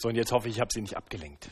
So, und jetzt hoffe ich, ich habe Sie nicht abgelenkt.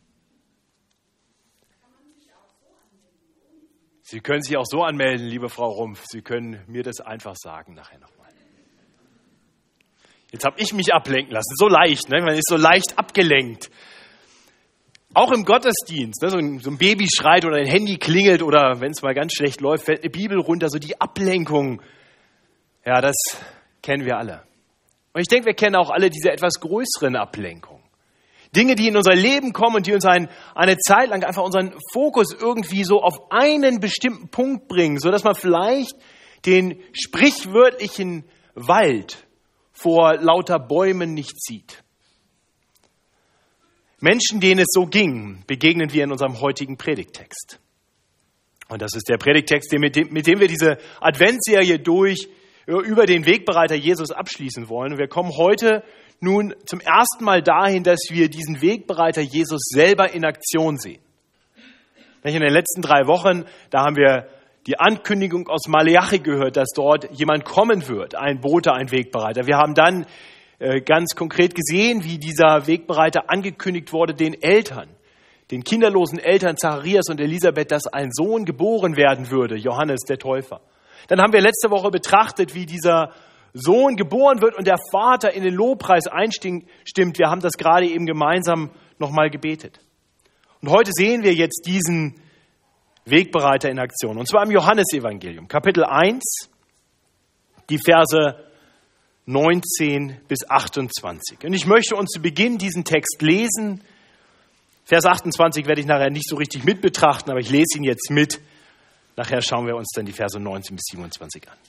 Sie können sich auch so anmelden, liebe Frau Rumpf. Sie können mir das einfach sagen nachher nochmal. Jetzt habe ich mich ablenken lassen. So leicht, ne? Man ist so leicht abgelenkt. Auch im Gottesdienst, ne? So ein Baby schreit oder ein Handy klingelt oder wenn es mal ganz schlecht läuft, fällt eine Bibel runter. So die Ablenkung, ja, das kennen wir alle. Und ich denke, wir kennen auch alle diese etwas größeren Ablenkungen. Dinge, die in unser Leben kommen und die uns eine Zeit lang einfach unseren Fokus irgendwie so auf einen bestimmten Punkt bringen, sodass man vielleicht den sprichwörtlichen Wald vor lauter Bäumen nicht sieht. Menschen, denen es so ging, begegnen wir in unserem heutigen Predigttext. Und das ist der Predigttext, mit dem wir diese Adventsserie über den Wegbereiter Jesus abschließen wollen. Und wir kommen heute nun zum ersten Mal dahin, dass wir diesen Wegbereiter Jesus selber in Aktion sehen. In den letzten 3 Wochen, da haben wir die Ankündigung aus Maleachi gehört, dass dort jemand kommen wird, ein Bote, ein Wegbereiter. Wir haben dann ganz konkret gesehen, wie dieser Wegbereiter angekündigt wurde den Eltern, den kinderlosen Eltern Zacharias und Elisabeth, dass ein Sohn geboren werden würde, Johannes der Täufer. Dann haben wir letzte Woche betrachtet, wie dieser Sohn geboren wird und der Vater in den Lobpreis einstimmt. Wir haben das gerade eben gemeinsam nochmal gebetet. Und heute sehen wir jetzt diesen Wegbereiter in Aktion. Und zwar im Johannesevangelium, Kapitel 1, die Verse 19 bis 28. Und ich möchte uns zu Beginn diesen Text lesen. Vers 28 werde ich nachher nicht so richtig mit betrachten, aber ich lese ihn jetzt mit. Nachher schauen wir uns dann die Verse 19 bis 27 an.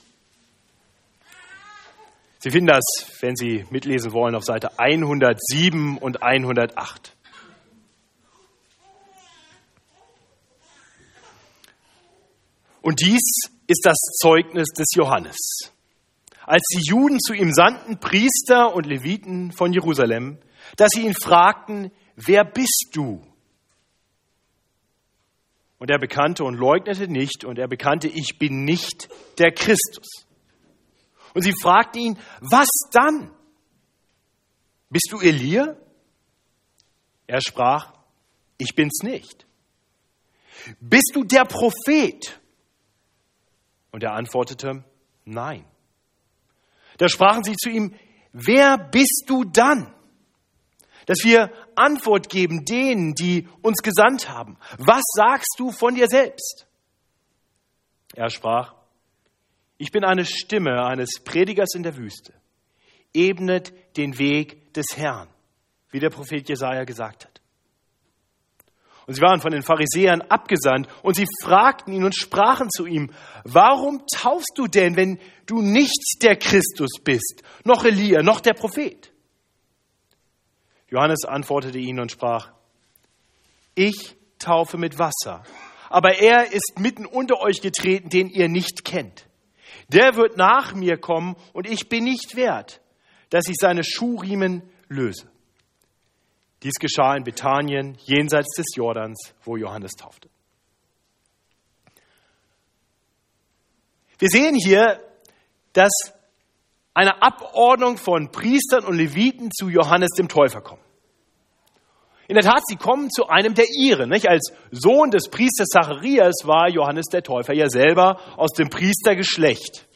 Sie finden das, wenn Sie mitlesen wollen, auf Seite 107 und 108. Und dies ist das Zeugnis des Johannes. Als die Juden zu ihm sandten, Priester und Leviten von Jerusalem, dass sie ihn fragten, wer bist du? Und er bekannte und leugnete nicht, und er bekannte, ich bin nicht der Christus. Und sie fragten ihn, was dann? Bist du Elia? Er sprach, ich bin's nicht. Bist du der Prophet? Und er antwortete, nein. Da sprachen sie zu ihm, wer bist du dann? Dass wir Antwort geben denen, die uns gesandt haben. Was sagst du von dir selbst? Er sprach, ich bin eine Stimme eines Predigers in der Wüste. Ebnet den Weg des Herrn, wie der Prophet Jesaja gesagt hat. Und sie waren von den Pharisäern abgesandt und sie fragten ihn und sprachen zu ihm, warum taufst du denn, wenn du nicht der Christus bist, noch Elia, noch der Prophet? Johannes antwortete ihnen und sprach, ich taufe mit Wasser, aber er ist mitten unter euch getreten, den ihr nicht kennt. Der wird nach mir kommen und ich bin nicht wert, dass ich seine Schuhriemen löse. Dies geschah in Bethanien, jenseits des Jordans, wo Johannes taufte. Wir sehen hier, dass eine Abordnung von Priestern und Leviten zu Johannes dem Täufer kommt. In der Tat, sie kommen zu einem der ihren. Nicht? Als Sohn des Priesters Zacharias war Johannes der Täufer ja selber aus dem Priestergeschlecht.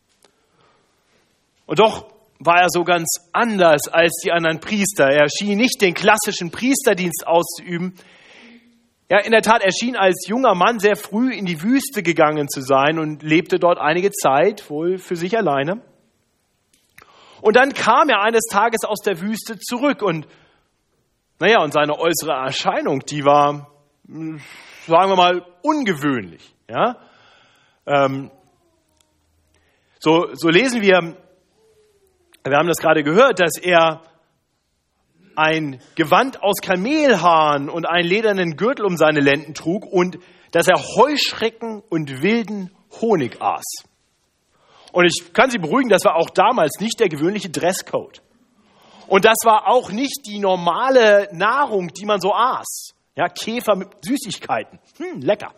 Und doch war er so ganz anders als die anderen Priester. Er schien nicht den klassischen Priesterdienst auszuüben. Ja, in der Tat, er schien als junger Mann sehr früh in die Wüste gegangen zu sein und lebte dort einige Zeit, wohl für sich alleine. Und dann kam er eines Tages aus der Wüste zurück und seine äußere Erscheinung, die war, sagen wir mal, ungewöhnlich. Ja? So lesen wir haben das gerade gehört, dass er ein Gewand aus Kamelhaaren und einen ledernen Gürtel um seine Lenden trug und dass er Heuschrecken und wilden Honig aß. Und ich kann Sie beruhigen, das war auch damals nicht der gewöhnliche Dresscode. Und das war auch nicht die normale Nahrung, die man so aß. Ja, Käfer mit Süßigkeiten. Lecker.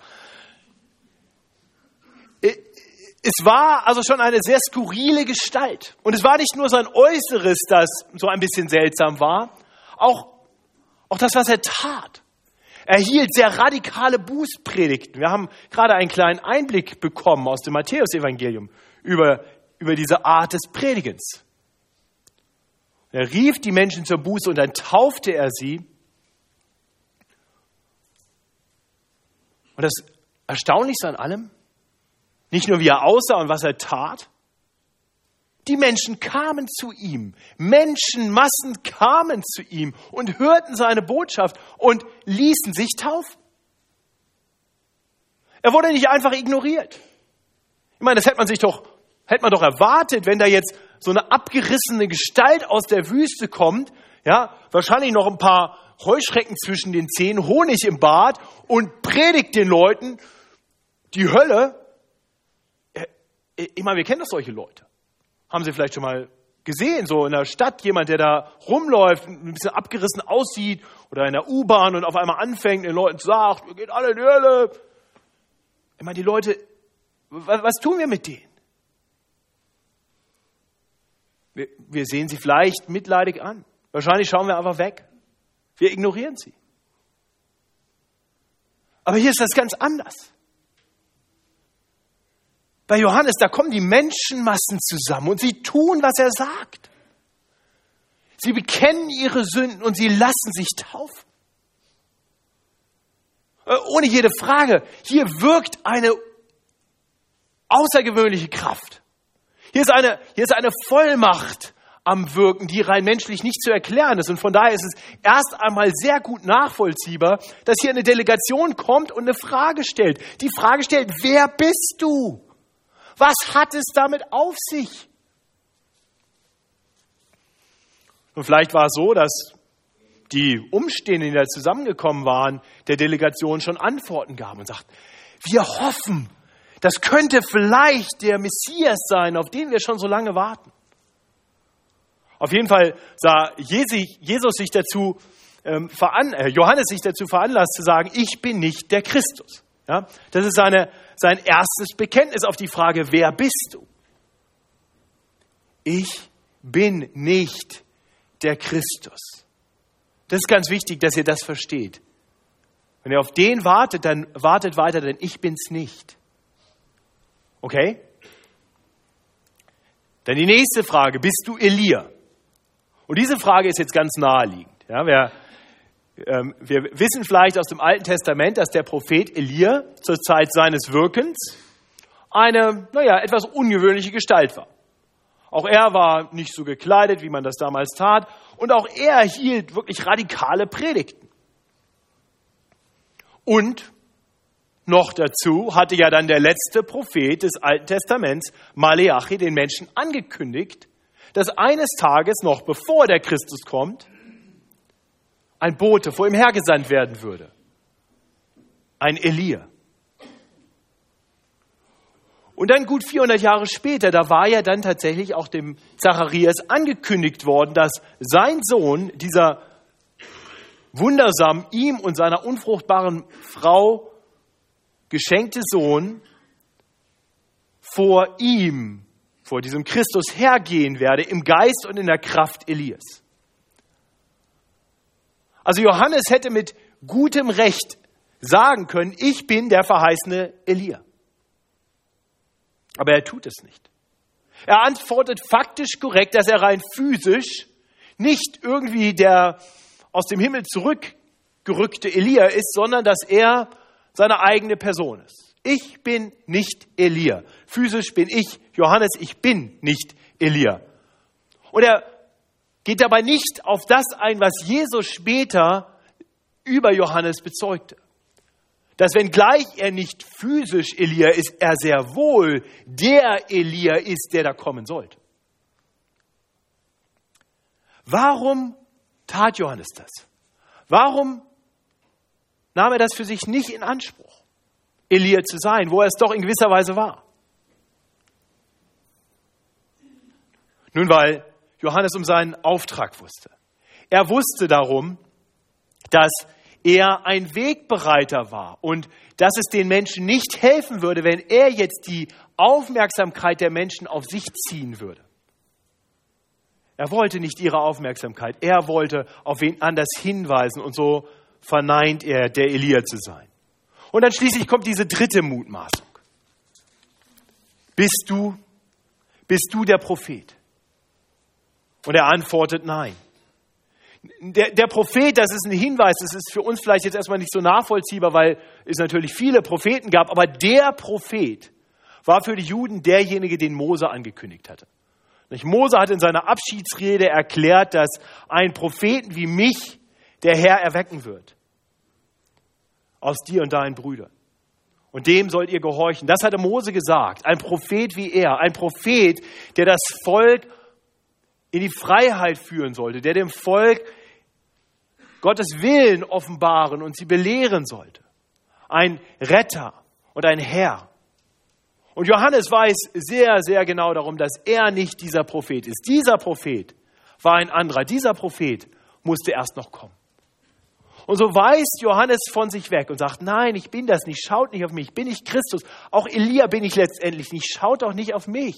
Es war also schon eine sehr skurrile Gestalt. Und es war nicht nur sein Äußeres, das so ein bisschen seltsam war. Auch Auch das, was er tat. Er hielt sehr radikale Bußpredigten. Wir haben gerade einen kleinen Einblick bekommen aus dem Matthäus-Evangelium über diese Art des Predigens. Er rief die Menschen zur Buße und dann taufte er sie. Und das Erstaunlichste an allem, nicht nur wie er aussah und was er tat, die Menschen kamen zu ihm. Menschenmassen kamen zu ihm und hörten seine Botschaft und ließen sich taufen. Er wurde nicht einfach ignoriert. Ich meine, das hätte man doch erwartet, wenn da jetzt so eine abgerissene Gestalt aus der Wüste kommt, ja, wahrscheinlich noch ein paar Heuschrecken zwischen den Zähnen, Honig im Bart und predigt den Leuten die Hölle. Ich meine, wir kennen doch solche Leute. Haben Sie vielleicht schon mal gesehen, so in der Stadt, jemand, der da rumläuft, ein bisschen abgerissen aussieht oder in der U-Bahn und auf einmal anfängt, den Leuten sagt, wir gehen alle in die Hölle. Ich meine, die Leute, was tun wir mit denen? Wir sehen sie vielleicht mitleidig an. Wahrscheinlich schauen wir einfach weg. Wir ignorieren sie. Aber hier ist das ganz anders. Bei Johannes, da kommen die Menschenmassen zusammen und sie tun, was er sagt. Sie bekennen ihre Sünden und sie lassen sich taufen. Ohne jede Frage, hier wirkt eine außergewöhnliche Kraft. Hier ist eine Vollmacht am Wirken, die rein menschlich nicht zu erklären ist. Und von daher ist es erst einmal sehr gut nachvollziehbar, dass hier eine Delegation kommt und eine Frage stellt. Die Frage stellt, wer bist du? Was hat es damit auf sich? Und vielleicht war es so, dass die Umstehenden, die da zusammengekommen waren, der Delegation schon Antworten gaben und sagten, wir hoffen, das könnte vielleicht der Messias sein, auf den wir schon so lange warten. Auf jeden Fall sah Johannes sich dazu veranlasst zu sagen, ich bin nicht der Christus. Ja, das ist sein erstes Bekenntnis auf die Frage, wer bist du? Ich bin nicht der Christus. Das ist ganz wichtig, dass ihr das versteht. Wenn ihr auf den wartet, dann wartet weiter, denn ich bin's nicht. Okay? Dann die nächste Frage, bist du Elia? Und diese Frage ist jetzt ganz naheliegend. Ja, wir wissen vielleicht aus dem Alten Testament, dass der Prophet Elia zur Zeit seines Wirkens eine, etwas ungewöhnliche Gestalt war. Auch er war nicht so gekleidet, wie man das damals tat. Und auch er hielt wirklich radikale Predigten. Und noch dazu hatte ja dann der letzte Prophet des Alten Testaments, Maleachi, den Menschen angekündigt, dass eines Tages, noch bevor der Christus kommt, ein Bote vor ihm hergesandt werden würde. Ein Elia. Und dann gut 400 Jahre später, da war ja dann tatsächlich auch dem Zacharias angekündigt worden, dass sein Sohn, dieser wundersam ihm und seiner unfruchtbaren Frau geschenkte Sohn, vor diesem Christus hergehen werde, im Geist und in der Kraft Elias. Also Johannes hätte mit gutem Recht sagen können, ich bin der verheißene Elia. Aber er tut es nicht. Er antwortet faktisch korrekt, dass er rein physisch nicht irgendwie der aus dem Himmel zurückgerückte Elia ist, sondern dass er seine eigene Person ist. Ich bin nicht Elia. Physisch bin ich Johannes, ich bin nicht Elia. Und er geht dabei nicht auf das ein, was Jesus später über Johannes bezeugte. Dass wenngleich er nicht physisch Elia ist, er sehr wohl der Elia ist, der da kommen sollte. Warum tat Johannes das? Warum nahm er das für sich nicht in Anspruch, Elia zu sein, wo er es doch in gewisser Weise war? Nun, weil Johannes um seinen Auftrag wusste. Er wusste darum, dass er ein Wegbereiter war und dass es den Menschen nicht helfen würde, wenn er jetzt die Aufmerksamkeit der Menschen auf sich ziehen würde. Er wollte nicht ihre Aufmerksamkeit. Er wollte auf wen anders hinweisen und so verneint er, der Elia zu sein. Und dann schließlich kommt diese dritte Mutmaßung. Bist du der Prophet? Und er antwortet nein. Der Prophet, das ist ein Hinweis, das ist für uns vielleicht jetzt erstmal nicht so nachvollziehbar, weil es natürlich viele Propheten gab, aber der Prophet war für die Juden derjenige, den Mose angekündigt hatte. Mose hat in seiner Abschiedsrede erklärt, dass ein Propheten wie mich der Herr erwecken wird. Aus dir und deinen Brüdern. Und dem sollt ihr gehorchen. Das hatte Mose gesagt. Ein Prophet wie er. Ein Prophet, der das Volk in die Freiheit führen sollte. Der dem Volk Gottes Willen offenbaren und sie belehren sollte. Ein Retter und ein Herr. Und Johannes weiß sehr, sehr genau darum, dass er nicht dieser Prophet ist. Dieser Prophet war ein anderer. Dieser Prophet musste erst noch kommen. Und so weist Johannes von sich weg und sagt, nein, ich bin das nicht, schaut nicht auf mich, bin ich Christus. Auch Elia bin ich letztendlich nicht, schaut auch nicht auf mich.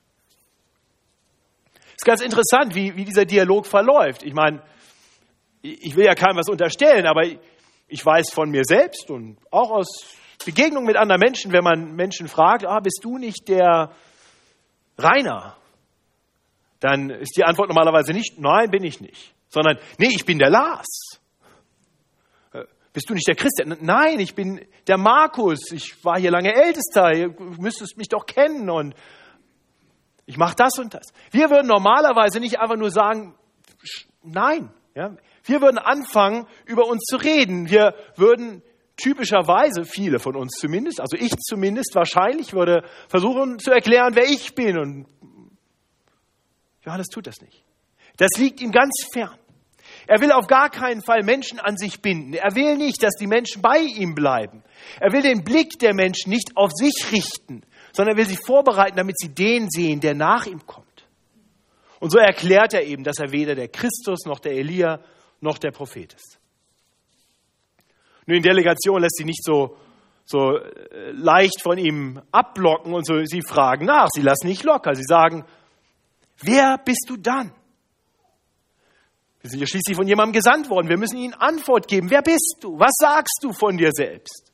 Es ist ganz interessant, wie dieser Dialog verläuft. Ich meine, ich will ja keinem was unterstellen, aber ich weiß von mir selbst und auch aus Begegnung mit anderen Menschen, wenn man Menschen fragt, bist du nicht der Rainer? Dann ist die Antwort normalerweise nicht, nein, bin ich nicht. Sondern, nee, ich bin der Lars. Bist du nicht der Christian? Nein, ich bin der Markus. Ich war hier lange Ältester. Ihr müsstest mich doch kennen und ich mache das und das. Wir würden normalerweise nicht einfach nur sagen, nein. Ja? Wir würden anfangen, über uns zu reden. Wir würden typischerweise, viele von uns zumindest, also ich zumindest wahrscheinlich, würde versuchen zu erklären, wer ich bin. Und Johannes tut das nicht. Das liegt ihm ganz fern. Er will auf gar keinen Fall Menschen an sich binden. Er will nicht, dass die Menschen bei ihm bleiben. Er will den Blick der Menschen nicht auf sich richten, sondern er will sie vorbereiten, damit sie den sehen, der nach ihm kommt. Und so erklärt er eben, dass er weder der Christus noch der Elia noch der Prophet ist. Nur die Delegation lässt sie nicht so leicht von ihm abblocken und so, sie fragen nach, sie lassen nicht locker. Sie sagen, wer bist du dann? Wir sind ja schließlich von jemandem gesandt worden. Wir müssen ihnen Antwort geben. Wer bist du? Was sagst du von dir selbst?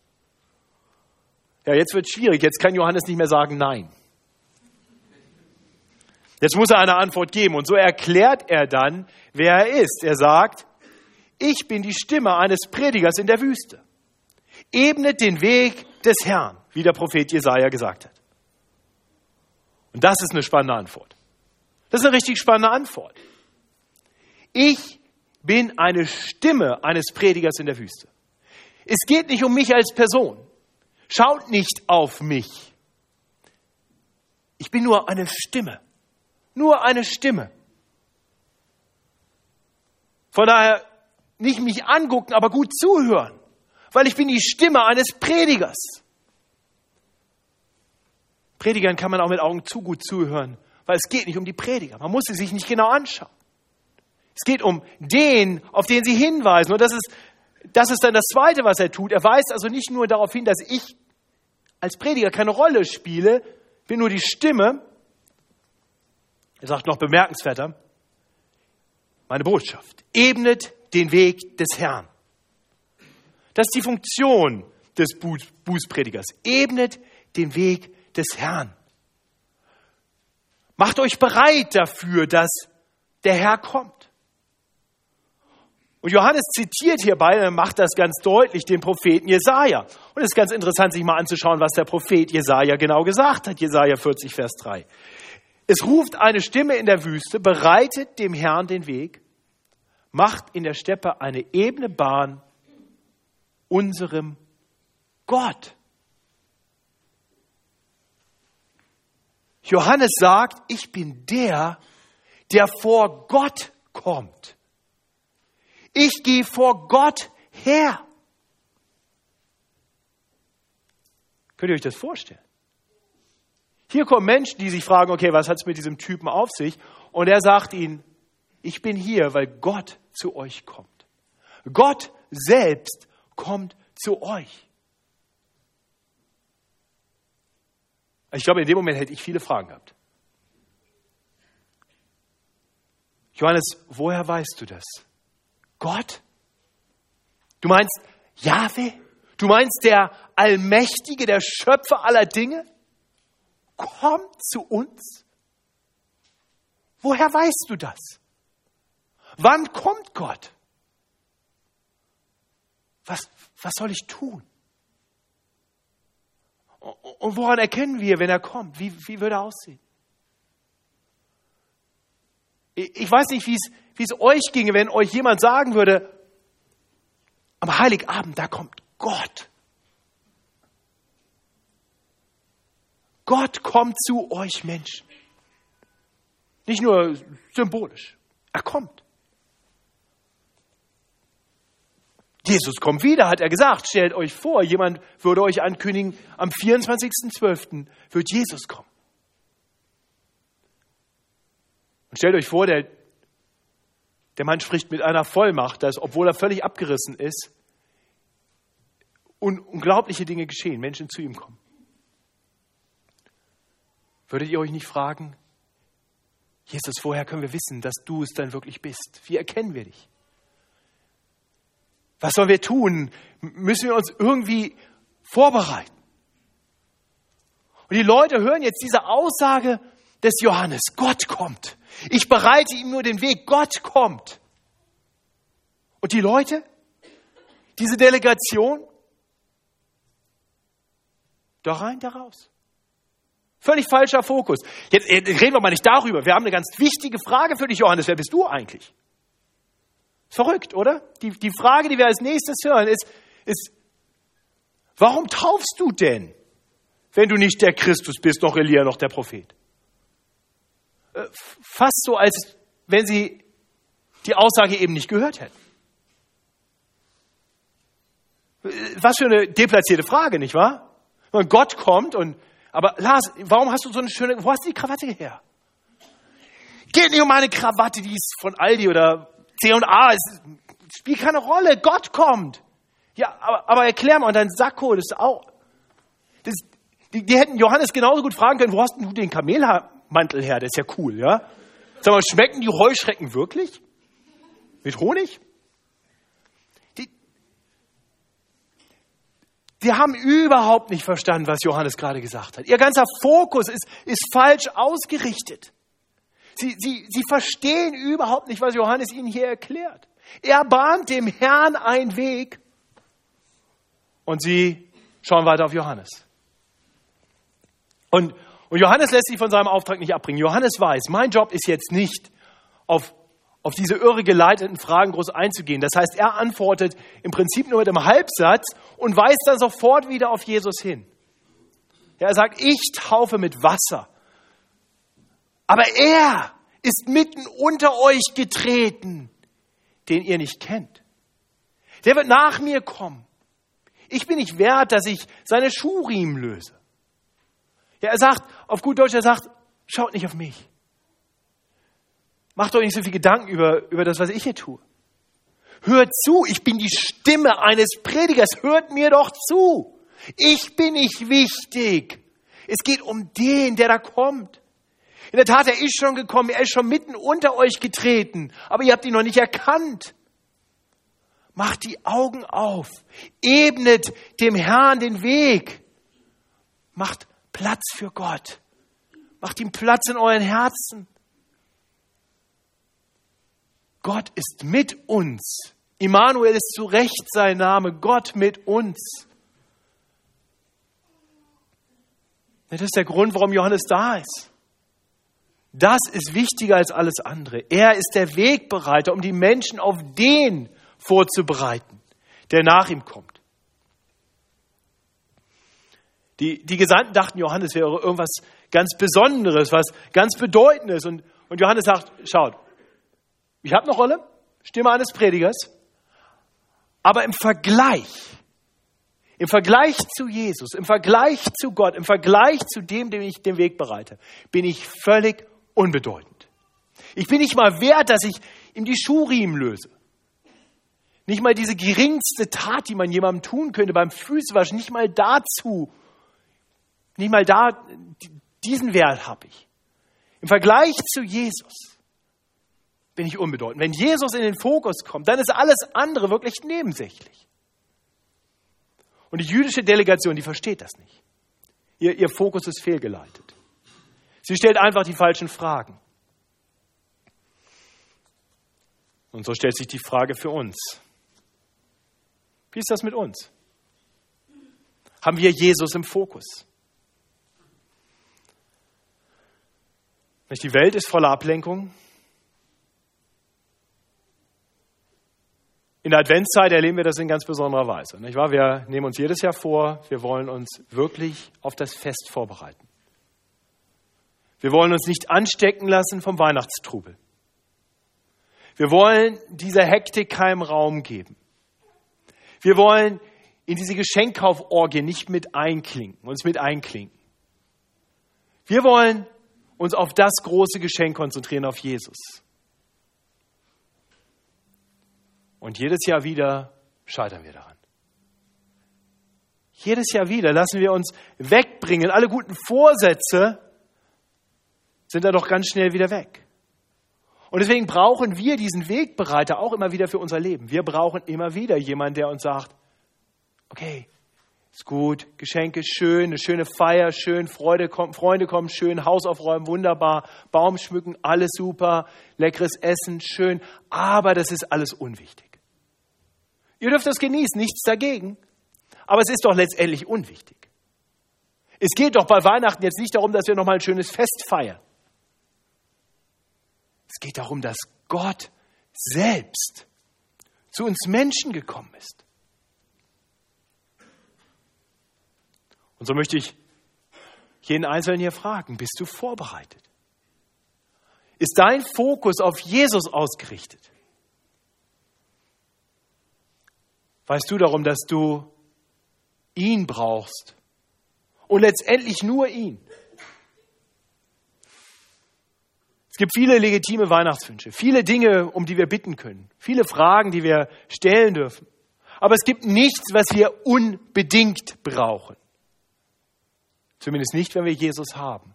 Ja, jetzt wird es schwierig. Jetzt kann Johannes nicht mehr sagen Nein. Jetzt muss er eine Antwort geben. Und so erklärt er dann, wer er ist. Er sagt, ich bin die Stimme eines Predigers in der Wüste. Ebnet den Weg des Herrn, wie der Prophet Jesaja gesagt hat. Und das ist eine spannende Antwort. Das ist eine richtig spannende Antwort. Ich bin eine Stimme eines Predigers in der Wüste. Es geht nicht um mich als Person. Schaut nicht auf mich. Ich bin nur eine Stimme. Nur eine Stimme. Von daher nicht mich angucken, aber gut zuhören. Weil ich bin die Stimme eines Predigers. Predigern kann man auch mit Augen zu gut zuhören, weil es geht nicht um die Prediger. Man muss sie sich nicht genau anschauen. Es geht um den, auf den sie hinweisen. Und das ist dann das Zweite, was er tut. Er weist also nicht nur darauf hin, dass ich als Prediger keine Rolle spiele, bin nur die Stimme. Er sagt noch bemerkenswerter, meine Botschaft. Ebnet den Weg des Herrn. Das ist die Funktion des Bußpredigers. Ebnet den Weg des Herrn. Macht euch bereit dafür, dass der Herr kommt. Und Johannes zitiert hierbei, er macht das ganz deutlich, den Propheten Jesaja. Und es ist ganz interessant, sich mal anzuschauen, was der Prophet Jesaja genau gesagt hat. Jesaja 40, Vers 3. Es ruft eine Stimme in der Wüste, bereitet dem Herrn den Weg, macht in der Steppe eine ebene Bahn unserem Gott. Johannes sagt, ich bin der vor Gott kommt. Ich gehe vor Gott her. Könnt ihr euch das vorstellen? Hier kommen Menschen, die sich fragen, okay, was hat es mit diesem Typen auf sich? Und er sagt ihnen, ich bin hier, weil Gott zu euch kommt. Gott selbst kommt zu euch. Ich glaube, in dem Moment hätte ich viele Fragen gehabt. Johannes, woher weißt du das? Gott? Du meinst Jahwe? Du meinst der Allmächtige, der Schöpfer aller Dinge? Kommt zu uns? Woher weißt du das? Wann kommt Gott? Was soll ich tun? Und woran erkennen wir, wenn er kommt? Wie würde er aussehen? Ich weiß nicht, wie es euch ginge, wenn euch jemand sagen würde, am Heiligabend, da kommt Gott. Gott kommt zu euch Menschen. Nicht nur symbolisch. Er kommt. Jesus kommt wieder, hat er gesagt. Stellt euch vor, jemand würde euch ankündigen, am 24.12. wird Jesus kommen. Und stellt euch vor, der Mann spricht mit einer Vollmacht, dass, obwohl er völlig abgerissen ist, unglaubliche Dinge geschehen, Menschen zu ihm kommen. Würdet ihr euch nicht fragen, Jesus, woher können wir wissen, dass du es dann wirklich bist? Wie erkennen wir dich? Was sollen wir tun? Müssen wir uns irgendwie vorbereiten? Und die Leute hören jetzt diese Aussage des Johannes. Gott kommt. Ich bereite ihm nur den Weg. Gott kommt. Und die Leute, diese Delegation, da rein, da raus. Völlig falscher Fokus. Jetzt reden wir mal nicht darüber. Wir haben eine ganz wichtige Frage für dich, Johannes. Wer bist du eigentlich? Verrückt, oder? Die Frage, die wir als nächstes hören, ist, warum taufst du denn, wenn du nicht der Christus bist, noch Elia, noch der Prophet? Fast so, als wenn sie die Aussage eben nicht gehört hätten. Was für eine deplatzierte Frage, nicht wahr? Und Gott kommt aber Lars, warum hast du so eine schöne, wo hast du die Krawatte her? Geht nicht um meine Krawatte, die ist von Aldi oder C&A, es spielt keine Rolle, Gott kommt. Ja, aber erklär mal, und dein Sakko, das ist auch, die hätten Johannes genauso gut fragen können, wo hast denn du den Kamelmantel her, der ist ja cool, ja? Sag mal, schmecken die Heuschrecken wirklich? Mit Honig? Die haben überhaupt nicht verstanden, was Johannes gerade gesagt hat. Ihr ganzer Fokus ist falsch ausgerichtet. Sie verstehen überhaupt nicht, was Johannes ihnen hier erklärt. Er bahnt dem Herrn einen Weg und sie schauen weiter auf Johannes. Und Johannes lässt sich von seinem Auftrag nicht abbringen. Johannes weiß, mein Job ist jetzt nicht, auf diese irregeleiteten Fragen groß einzugehen. Das heißt, er antwortet im Prinzip nur mit einem Halbsatz und weist dann sofort wieder auf Jesus hin. Ja, er sagt, ich taufe mit Wasser. Aber er ist mitten unter euch getreten, den ihr nicht kennt. Der wird nach mir kommen. Ich bin nicht wert, dass ich seine Schuhriemen löse. Ja, er sagt, auf gut Deutsch, er sagt, schaut nicht auf mich. Macht euch nicht so viel Gedanken über das, was ich hier tue. Hört zu, ich bin die Stimme eines Predigers. Hört mir doch zu. Ich bin nicht wichtig. Es geht um den, der da kommt. In der Tat, er ist schon gekommen, er ist schon mitten unter euch getreten, aber ihr habt ihn noch nicht erkannt. Macht die Augen auf, ebnet dem Herrn den Weg, macht Platz für Gott, macht ihm Platz in euren Herzen. Gott ist mit uns. Immanuel ist zu Recht sein Name, Gott mit uns. Das ist der Grund, warum Johannes da ist. Das ist wichtiger als alles andere. Er ist der Wegbereiter, um die Menschen auf den vorzubereiten, der nach ihm kommt. Die Gesandten dachten, Johannes wäre irgendwas ganz Besonderes, was ganz Bedeutendes. Und Johannes sagt, schaut, ich habe eine Rolle, Stimme eines Predigers, aber im Vergleich zu Jesus, im Vergleich zu Gott, im Vergleich zu dem ich den Weg bereite, bin ich völlig unbedeutend. Ich bin nicht mal wert, dass ich ihm die Schuhriemen löse. Nicht mal diese geringste Tat, die man jemandem tun könnte beim Füßewaschen, nicht mal diesen Wert habe ich. Im Vergleich zu Jesus bin ich unbedeutend. Wenn Jesus in den Fokus kommt, dann ist alles andere wirklich nebensächlich. Und die jüdische Delegation, die versteht das nicht. Ihr Fokus ist fehlgeleitet. Sie stellt einfach die falschen Fragen. Und so stellt sich die Frage für uns. Wie ist das mit uns? Haben wir Jesus im Fokus? Die Welt ist voller Ablenkung. In der Adventszeit erleben wir das in ganz besonderer Weise. Nicht wahr? Wir nehmen uns jedes Jahr vor, wir wollen uns wirklich auf das Fest vorbereiten. Wir wollen uns nicht anstecken lassen vom Weihnachtstrubel. Wir wollen dieser Hektik keinen Raum geben. Wir wollen in diese Geschenkkauforgie nicht uns mit einklinken. Wir wollen uns auf das große Geschenk konzentrieren, auf Jesus. Und jedes Jahr wieder scheitern wir daran. Jedes Jahr wieder lassen wir uns wegbringen. Alle guten Vorsätze sind da doch ganz schnell wieder weg. Und deswegen brauchen wir diesen Wegbereiter auch immer wieder für unser Leben. Wir brauchen immer wieder jemanden, der uns sagt, okay, ist gut, Geschenke schön, eine schöne Feier, schön, Freunde kommen schön, Haus aufräumen, wunderbar, Baum schmücken, alles super, leckeres Essen, schön, aber das ist alles unwichtig. Ihr dürft das genießen, nichts dagegen, aber es ist doch letztendlich unwichtig. Es geht doch bei Weihnachten jetzt nicht darum, dass wir nochmal ein schönes Fest feiern. Es geht darum, dass Gott selbst zu uns Menschen gekommen ist. Und so möchte ich jeden Einzelnen hier fragen, bist du vorbereitet? Ist dein Fokus auf Jesus ausgerichtet? Weißt du darum, dass du ihn brauchst und letztendlich nur ihn? Es gibt viele legitime Weihnachtswünsche, viele Dinge, um die wir bitten können, viele Fragen, die wir stellen dürfen. Aber es gibt nichts, was wir unbedingt brauchen. Zumindest nicht, wenn wir Jesus haben.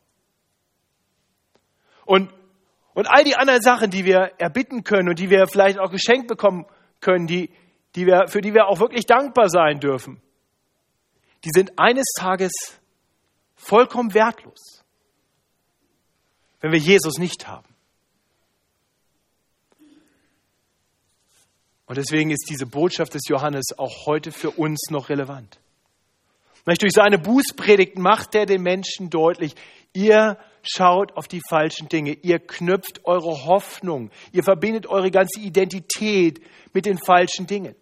Und all die anderen Sachen, die wir erbitten können und die wir vielleicht auch geschenkt bekommen können, für die wir auch wirklich dankbar sein dürfen, die sind eines Tages vollkommen wertlos, wenn wir Jesus nicht haben. Und deswegen ist diese Botschaft des Johannes auch heute für uns noch relevant. Durch seine Bußpredigten macht er den Menschen deutlich, ihr schaut auf die falschen Dinge, ihr knüpft eure Hoffnung, ihr verbindet eure ganze Identität mit den falschen Dingen.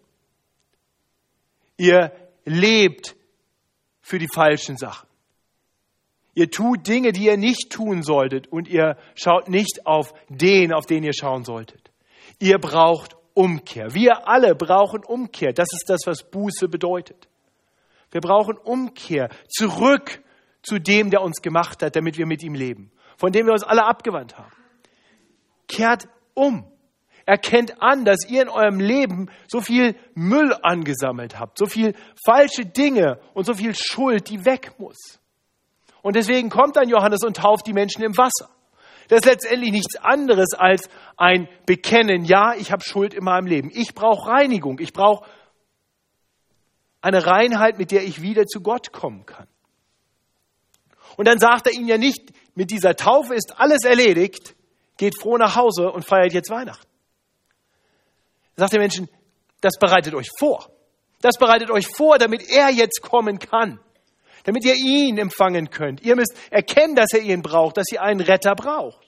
Ihr lebt für die falschen Sachen. Ihr tut Dinge, die ihr nicht tun solltet und ihr schaut nicht auf den ihr schauen solltet. Ihr braucht Umkehr. Wir alle brauchen Umkehr. Das ist das, was Buße bedeutet. Wir brauchen Umkehr zurück zu dem, der uns gemacht hat, damit wir mit ihm leben, von dem wir uns alle abgewandt haben. Kehrt um. Erkennt an, dass ihr in eurem Leben so viel Müll angesammelt habt, so viel falsche Dinge und so viel Schuld, die weg muss. Und deswegen kommt dann Johannes und tauft die Menschen im Wasser. Das ist letztendlich nichts anderes als ein Bekennen, ja, ich habe Schuld in meinem Leben. Ich brauche Reinigung, ich brauche eine Reinheit, mit der ich wieder zu Gott kommen kann. Und dann sagt er ihnen ja nicht, mit dieser Taufe ist alles erledigt, geht froh nach Hause und feiert jetzt Weihnachten. Er sagt den Menschen, das bereitet euch vor. Das bereitet euch vor, damit er jetzt kommen kann. Damit ihr ihn empfangen könnt. Ihr müsst erkennen, dass er ihn braucht, dass ihr einen Retter braucht.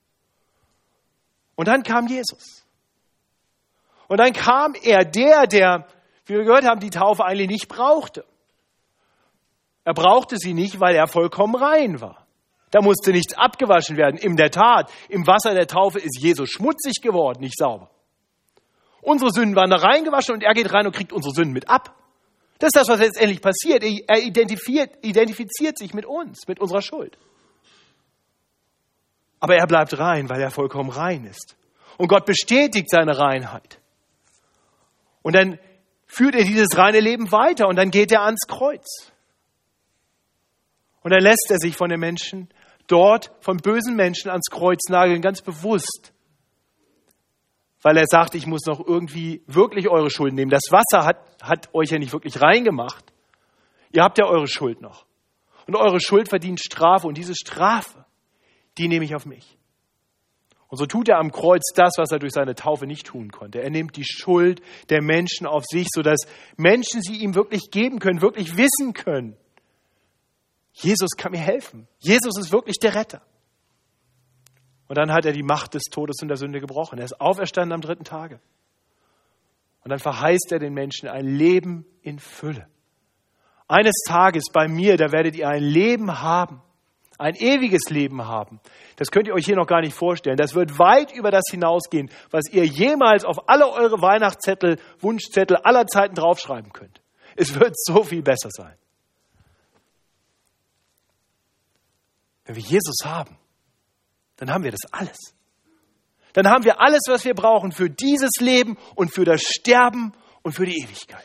Und dann kam Jesus. Und dann kam er, der, wie wir gehört haben, die Taufe eigentlich nicht brauchte. Er brauchte sie nicht, weil er vollkommen rein war. Da musste nichts abgewaschen werden. In der Tat, im Wasser der Taufe ist Jesus schmutzig geworden, nicht sauber. Unsere Sünden waren da reingewaschen und er geht rein und kriegt unsere Sünden mit ab. Das ist das, was letztendlich passiert. Er identifiziert sich mit uns, mit unserer Schuld. Aber er bleibt rein, weil er vollkommen rein ist. Und Gott bestätigt seine Reinheit. Und dann führt er dieses reine Leben weiter und dann geht er ans Kreuz. Und dann lässt er sich von den Menschen dort, von bösen Menschen ans Kreuz nageln, ganz bewusst. weil er sagt, ich muss noch irgendwie wirklich eure Schulden nehmen. Das Wasser hat euch ja nicht wirklich reingemacht. Ihr habt ja eure Schuld noch. Und eure Schuld verdient Strafe. Und diese Strafe, die nehme ich auf mich. Und so tut er am Kreuz das, was er durch seine Taufe nicht tun konnte. Er nimmt die Schuld der Menschen auf sich, sodass Menschen sie ihm wirklich geben können, wirklich wissen können. Jesus kann mir helfen. Jesus ist wirklich der Retter. Und dann hat er die Macht des Todes und der Sünde gebrochen. Er ist auferstanden am 3. Tage. Und dann verheißt er den Menschen ein Leben in Fülle. Eines Tages bei mir, da werdet ihr ein Leben haben. Ein ewiges Leben haben. Das könnt ihr euch hier noch gar nicht vorstellen. Das wird weit über das hinausgehen, was ihr jemals auf alle eure Weihnachtszettel, Wunschzettel aller Zeiten draufschreiben könnt. Es wird so viel besser sein. Wenn wir Jesus haben, dann haben wir das alles. Dann haben wir alles, was wir brauchen für dieses Leben und für das Sterben und für die Ewigkeit.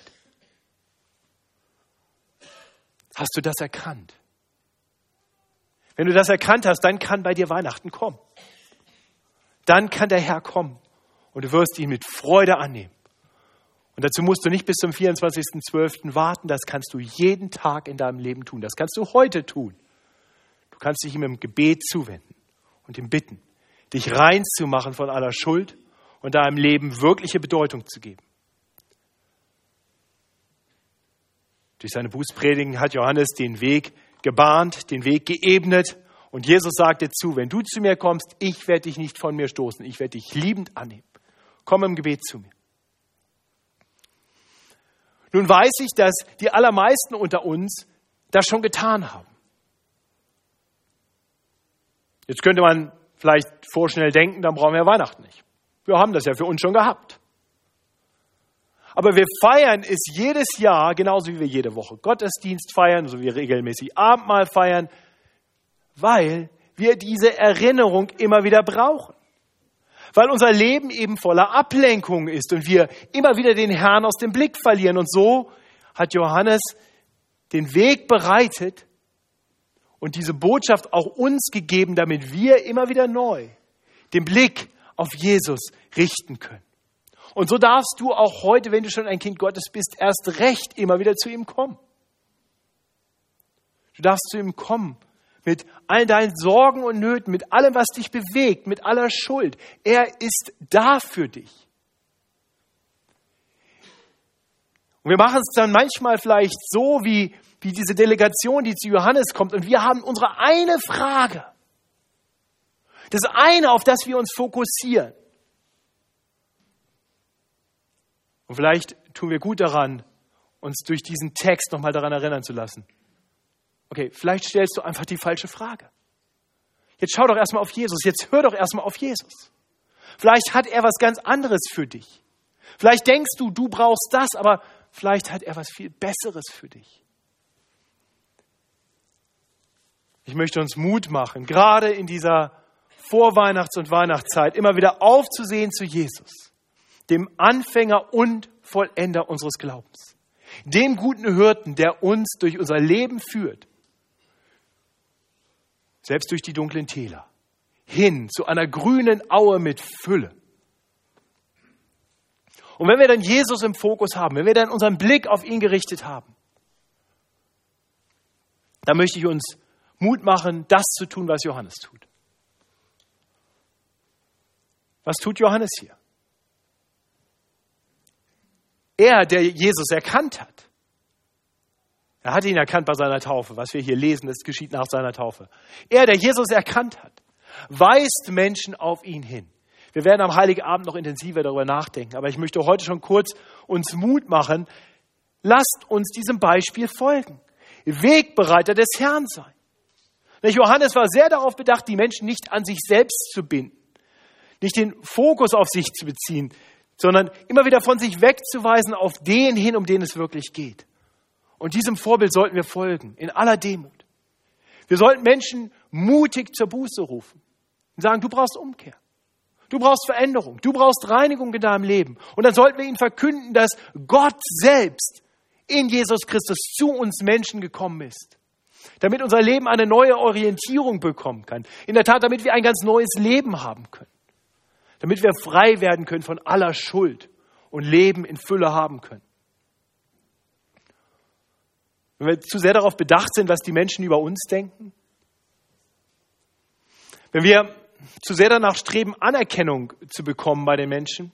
Hast du das erkannt? Wenn du das erkannt hast, dann kann bei dir Weihnachten kommen. Dann kann der Herr kommen und du wirst ihn mit Freude annehmen. Und dazu musst du nicht bis zum 24.12. warten, das kannst du jeden Tag in deinem Leben tun. Das kannst du heute tun. Du kannst dich ihm im Gebet zuwenden und ihm bitten, dich rein zu machen von aller Schuld und deinem Leben wirkliche Bedeutung zu geben. Durch seine Bußpredigen hat Johannes den Weg gebahnt, den Weg geebnet. Und Jesus sagte zu, wenn du zu mir kommst, ich werde dich nicht von mir stoßen, ich werde dich liebend annehmen. Komm im Gebet zu mir. Nun weiß ich, dass die allermeisten unter uns das schon getan haben. Jetzt könnte man vielleicht vorschnell denken, dann brauchen wir Weihnachten nicht. Wir haben das ja für uns schon gehabt. Aber wir feiern es jedes Jahr, genauso wie wir jede Woche Gottesdienst feiern, so wie wir regelmäßig Abendmahl feiern, weil wir diese Erinnerung immer wieder brauchen. Weil unser Leben eben voller Ablenkung ist und wir immer wieder den Herrn aus dem Blick verlieren. Und so hat Johannes den Weg bereitet und diese Botschaft auch uns gegeben, damit wir immer wieder neu den Blick auf Jesus richten können. Und so darfst du auch heute, wenn du schon ein Kind Gottes bist, erst recht immer wieder zu ihm kommen. Du darfst zu ihm kommen mit all deinen Sorgen und Nöten, mit allem, was dich bewegt, mit aller Schuld. Er ist da für dich. Und wir machen es dann manchmal vielleicht so, wie diese Delegation, die zu Johannes kommt. Und wir haben unsere eine Frage. Das eine, auf das wir uns fokussieren. Und vielleicht tun wir gut daran, uns durch diesen Text nochmal daran erinnern zu lassen. Okay, vielleicht stellst du einfach die falsche Frage. Jetzt schau doch erstmal auf Jesus, jetzt hör doch erstmal auf Jesus. Vielleicht hat er was ganz anderes für dich. Vielleicht denkst du, du brauchst das, aber vielleicht hat er was viel Besseres für dich. Ich möchte uns Mut machen, gerade in dieser Vorweihnachts- und Weihnachtszeit immer wieder aufzusehen zu Jesus, dem Anfänger und Vollender unseres Glaubens, dem guten Hirten, der uns durch unser Leben führt, selbst durch die dunklen Täler, hin zu einer grünen Aue mit Fülle. Und wenn wir dann Jesus im Fokus haben, wenn wir dann unseren Blick auf ihn gerichtet haben, dann möchte ich uns Mut machen, das zu tun, was Johannes tut. Was tut Johannes hier? Er, der Jesus erkannt hat, er hat ihn erkannt bei seiner Taufe. Was wir hier lesen, das geschieht nach seiner Taufe. Er, der Jesus erkannt hat, weist Menschen auf ihn hin. Wir werden am Heiligabend noch intensiver darüber nachdenken. Aber ich möchte heute schon kurz uns Mut machen. Lasst uns diesem Beispiel folgen. Wegbereiter des Herrn sein. Johannes war sehr darauf bedacht, die Menschen nicht an sich selbst zu binden. Nicht den Fokus auf sich zu beziehen, sondern immer wieder von sich wegzuweisen auf den hin, um den es wirklich geht. Und diesem Vorbild sollten wir folgen, in aller Demut. Wir sollten Menschen mutig zur Buße rufen und sagen, du brauchst Umkehr, du brauchst Veränderung, du brauchst Reinigung in deinem Leben. Und dann sollten wir ihnen verkünden, dass Gott selbst in Jesus Christus zu uns Menschen gekommen ist, damit unser Leben eine neue Orientierung bekommen kann. In der Tat, damit wir ein ganz neues Leben haben können. damit wir frei werden können von aller Schuld und Leben in Fülle haben können. Wenn wir zu sehr darauf bedacht sind, was die Menschen über uns denken, wenn wir zu sehr danach streben, Anerkennung zu bekommen bei den Menschen,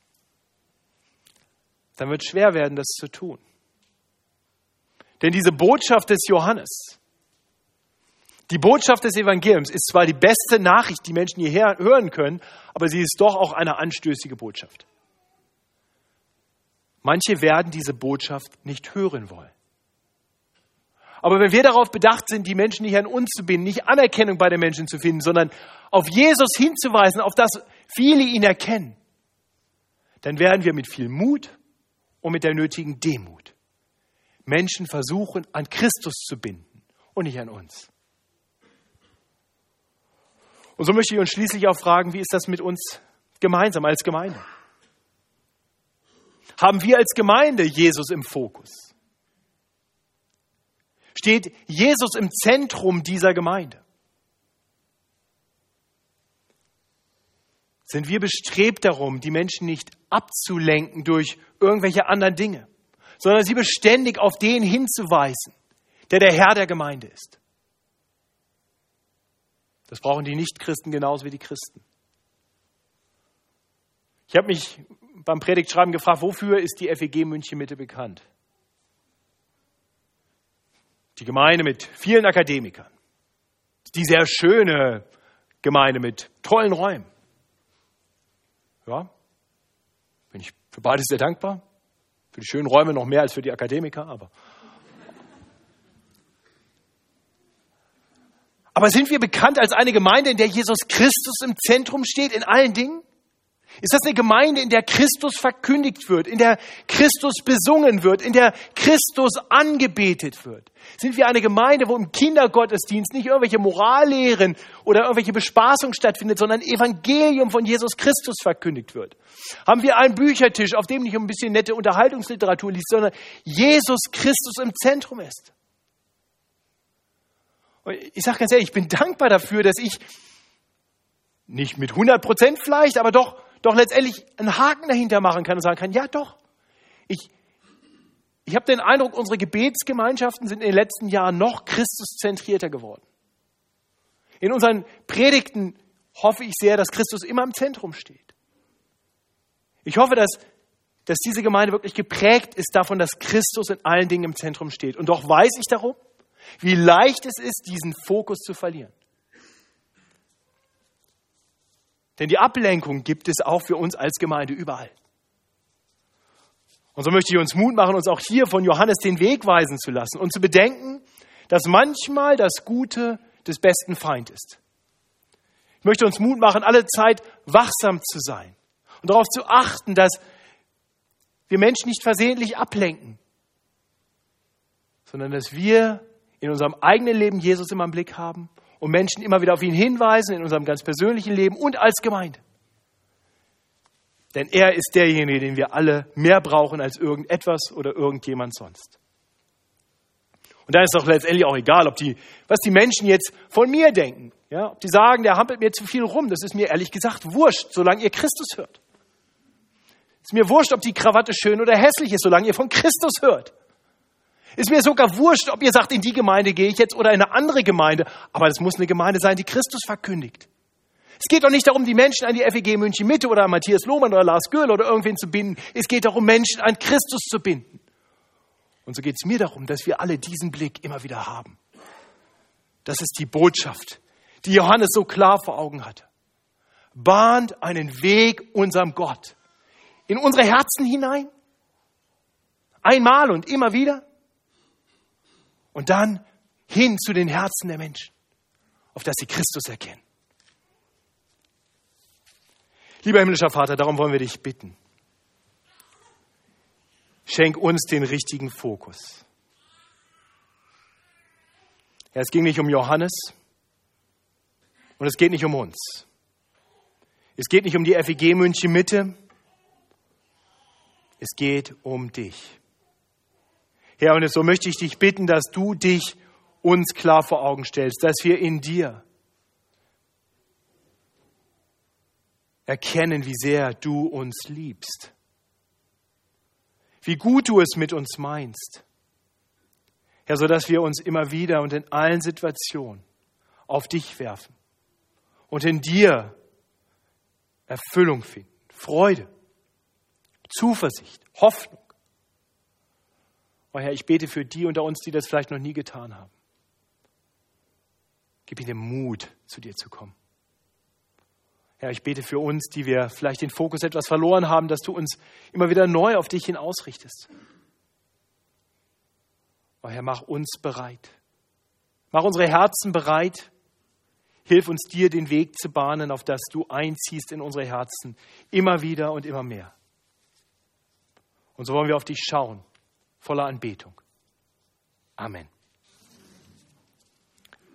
dann wird es schwer werden, das zu tun. Denn diese Botschaft des Johannes, die Botschaft des Evangeliums ist zwar die beste Nachricht, die Menschen hierher hören können, aber sie ist doch auch eine anstößige Botschaft. Manche werden diese Botschaft nicht hören wollen. Aber wenn wir darauf bedacht sind, die Menschen nicht an uns zu binden, nicht Anerkennung bei den Menschen zu finden, sondern auf Jesus hinzuweisen, auf das viele ihn erkennen, dann werden wir mit viel Mut und mit der nötigen Demut Menschen versuchen, an Christus zu binden und nicht an uns. Und so möchte ich uns schließlich auch fragen, wie ist das mit uns gemeinsam als Gemeinde? Haben wir als Gemeinde Jesus im Fokus? Steht Jesus im Zentrum dieser Gemeinde? Sind wir bestrebt darum, die Menschen nicht abzulenken durch irgendwelche anderen Dinge, sondern sie beständig auf den hinzuweisen, der Herr der Gemeinde ist? Das brauchen die Nichtchristen genauso wie die Christen. Ich habe mich beim Predigtschreiben gefragt, wofür ist die FEG München Mitte bekannt? Die Gemeinde mit vielen Akademikern. Die sehr schöne Gemeinde mit tollen Räumen. Ja, bin ich für beides sehr dankbar. Für die schönen Räume noch mehr als für die Akademiker, Aber sind wir bekannt als eine Gemeinde, in der Jesus Christus im Zentrum steht, in allen Dingen? Ist das eine Gemeinde, in der Christus verkündigt wird, in der Christus besungen wird, in der Christus angebetet wird? Sind wir eine Gemeinde, wo im Kindergottesdienst nicht irgendwelche Morallehren oder irgendwelche Bespaßung stattfindet, sondern Evangelium von Jesus Christus verkündigt wird? Haben wir einen Büchertisch, auf dem nicht ein bisschen nette Unterhaltungsliteratur liegt, sondern Jesus Christus im Zentrum ist? Und ich sage ganz ehrlich, ich bin dankbar dafür, dass ich nicht mit 100% vielleicht, aber doch letztendlich einen Haken dahinter machen kann und sagen kann, ja doch, ich habe den Eindruck, unsere Gebetsgemeinschaften sind in den letzten Jahren noch christuszentrierter geworden. In unseren Predigten hoffe ich sehr, dass Christus immer im Zentrum steht. Ich hoffe, dass diese Gemeinde wirklich geprägt ist davon, dass Christus in allen Dingen im Zentrum steht. Und doch weiß ich darum, wie leicht es ist, diesen Fokus zu verlieren. Denn die Ablenkung gibt es auch für uns als Gemeinde überall. Und so möchte ich uns Mut machen, uns auch hier von Johannes den Weg weisen zu lassen und zu bedenken, dass manchmal das Gute des besten Feind ist. Ich möchte uns Mut machen, alle Zeit wachsam zu sein und darauf zu achten, dass wir Menschen nicht versehentlich ablenken, sondern dass wir in unserem eigenen Leben Jesus immer im Blick haben und Menschen immer wieder auf ihn hinweisen in unserem ganz persönlichen Leben und als Gemeinde. Denn er ist derjenige, den wir alle mehr brauchen als irgendetwas oder irgendjemand sonst. Und da ist doch letztendlich auch egal, was die Menschen jetzt von mir denken. Ja, ob die sagen, der hampelt mir zu viel rum, das ist mir ehrlich gesagt wurscht, solange ihr Christus hört. Ist mir wurscht, ob die Krawatte schön oder hässlich ist, solange ihr von Christus hört. Ist mir sogar wurscht, ob ihr sagt, in die Gemeinde gehe ich jetzt oder in eine andere Gemeinde. Aber es muss eine Gemeinde sein, die Christus verkündigt. Es geht doch nicht darum, die Menschen an die FEG München Mitte oder an Matthias Lohmann oder Lars Göhl oder irgendwen zu binden. Es geht darum, Menschen an Christus zu binden. Und so geht es mir darum, dass wir alle diesen Blick immer wieder haben. Das ist die Botschaft, die Johannes so klar vor Augen hatte. Bahnt einen Weg unserem Gott in unsere Herzen hinein. Einmal und immer wieder. Und dann hin zu den Herzen der Menschen, auf dass sie Christus erkennen. Lieber himmlischer Vater, darum wollen wir dich bitten. Schenk uns den richtigen Fokus. Ja, es ging nicht um Johannes und es geht nicht um uns. Es geht nicht um die FEG München Mitte. Es geht um dich. Herr, und so möchte ich dich bitten, dass du dich uns klar vor Augen stellst, dass wir in dir erkennen, wie sehr du uns liebst, wie gut du es mit uns meinst. Herr, sodass wir uns immer wieder und in allen Situationen auf dich werfen und in dir Erfüllung finden, Freude, Zuversicht, Hoffnung. Oh Herr, ich bete für die unter uns, die das vielleicht noch nie getan haben. Gib ihnen Mut, zu dir zu kommen. Herr, ich bete für uns, die wir vielleicht den Fokus etwas verloren haben, dass du uns immer wieder neu auf dich hin ausrichtest. Oh Herr, mach uns bereit. Mach unsere Herzen bereit. Hilf uns, dir den Weg zu bahnen, auf das du einziehst in unsere Herzen, immer wieder und immer mehr. Und so wollen wir auf dich schauen, voller Anbetung. Amen.